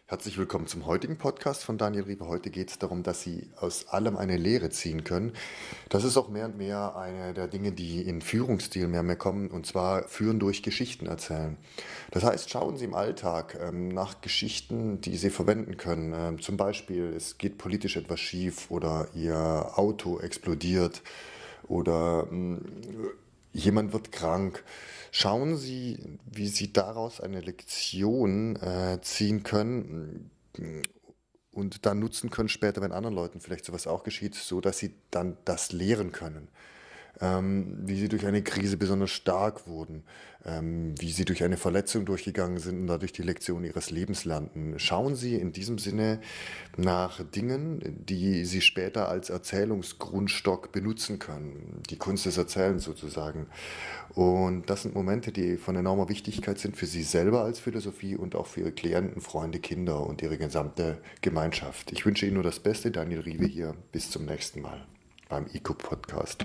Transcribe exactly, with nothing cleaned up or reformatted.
Herzlich willkommen zum heutigen Podcast von Daniel Riepe. Heute geht es darum, dass Sie aus allem eine Lehre ziehen können. Das ist auch mehr und mehr eine der Dinge, die in Führungsstil mehr und mehr kommen, und zwar führen durch Geschichten erzählen. Das heißt, schauen Sie im Alltag ähm, nach Geschichten, die Sie verwenden können. Ähm, zum Beispiel, es geht politisch etwas schief oder Ihr Auto explodiert oder ähm, jemand wird krank. Schauen Sie, wie Sie daraus eine Lektion äh, ziehen können mm, und dann nutzen können später, wenn anderen Leuten vielleicht sowas auch geschieht, so dass Sie dann das lehren können, ähm, wie sie durch eine Krise besonders stark wurden, ähm, wie sie durch eine Verletzung durchgegangen sind und dadurch die Lektion ihres Lebens lernten. Schauen Sie in diesem Sinne nach Dingen, die Sie später als Erzählungsgrundstock benutzen können, die Kunst des Erzählens sozusagen. Und das sind Momente, die von enormer Wichtigkeit sind für Sie selber als Philosophie und auch für Ihre Klienten, Freunde, Kinder und Ihre gesamte Gemeinschaft. Ich wünsche Ihnen nur das Beste. Daniel Riewe hier. Bis zum nächsten Mal beim I Q Podcast.